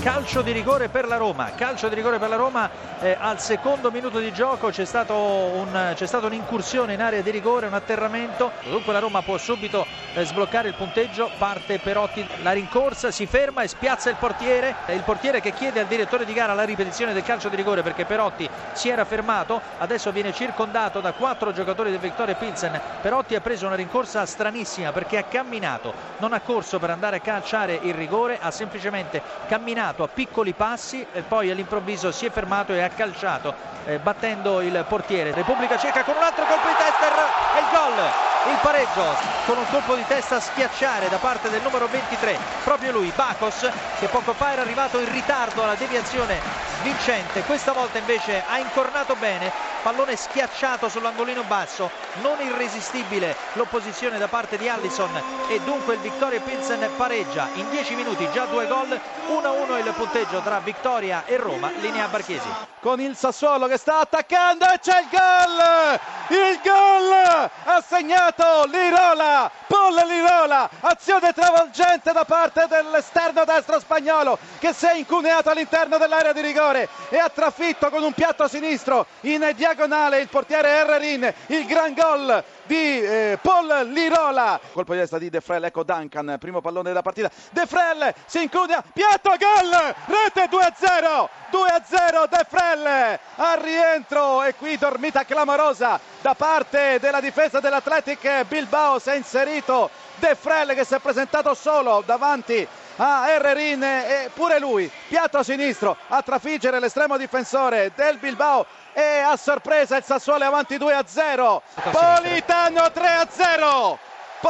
Calcio di rigore per la Roma, al secondo minuto di gioco c'è stata un'incursione in area di rigore, un atterramento, dunque la Roma può subito sbloccare il punteggio. Parte Perotti, la rincorsa, si ferma e spiazza il portiere che chiede al direttore di gara la ripetizione del calcio di rigore perché Perotti si era fermato, adesso viene circondato da 4 giocatori del Viktoria Pilsen. Perotti ha preso una rincorsa stranissima perché ha camminato, non ha corso per andare a calciare il rigore, ha semplicemente camminato a piccoli passi e poi all'improvviso si è fermato e ha calciato battendo il portiere. Repubblica Ceca con un altro colpo di testa e il gol, il pareggio con un colpo di testa a schiacciare da parte del numero 23, proprio lui, Bakos, che poco fa era arrivato in ritardo alla deviazione vincente. Questa volta invece ha incornato bene, pallone schiacciato sull'angolino basso, non irresistibile l'opposizione da parte di Allison e dunque il Viktoria Pilsen pareggia in 10 minuti, già 2 gol, 1-1 il punteggio tra Viktoria e Roma, linea Barchesi. Con il Sassuolo che sta attaccando e c'è il gol ha segnato Lirola, Paul Lirola, azione travolgente da parte dell'esterno destro spagnolo che si è incuneato all'interno dell'area di rigore e ha trafitto con un piatto sinistro in diagonale il portiere Herrerin, il gran gol di Paul Lirola. Colpo di testa di De Frel, ecco Duncan, primo pallone della partita, De Frel si incunea, piatto, gol, rete 2-0 De Frel al rientro e qui dormita clamorosa da parte della difesa dell'Athletic Bilbao. Si è inserito De Frel che si è presentato solo davanti a Herrerin e pure lui, piatto sinistro a trafiggere l'estremo difensore del Bilbao e a sorpresa il Sassuolo è avanti 2-0. Politano 3-0,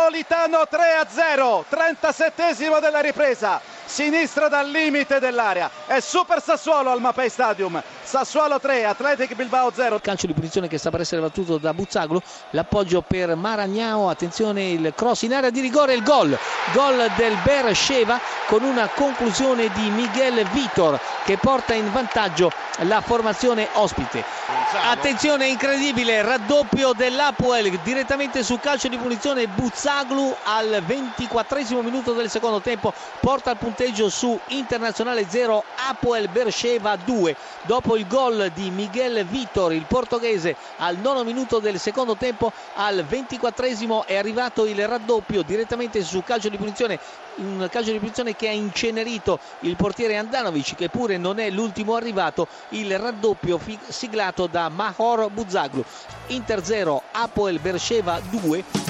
37esimo della ripresa, sinistro dal limite dell'area, è Super Sassuolo al Mapei Stadium, Sassuolo 3, Athletic Bilbao 0. Calcio di punizione che sta per essere battuto da Buzzaglu, l'appoggio per Maragnao, attenzione il cross in area di rigore, il gol del Beersheva con una conclusione di Miguel Vitor che porta in vantaggio la formazione ospite. Attenzione, incredibile, raddoppio dell'Apoel direttamente su calcio di punizione. Buzzaglu al 24esimo minuto del secondo tempo porta il punteggio su Internazionale 0, Apoel Beersheva 2. Dopo il gol di Miguel Vitor, il portoghese, al 9 minuto del secondo tempo, al 24esimo è arrivato il raddoppio direttamente su calcio di punizione, un calcio di punizione che ha incenerito il portiere Andanovic che pure non è l'ultimo arrivato, il raddoppio siglato da Mahor Buzzaglu. Inter 0, Apoel Beersheva 2.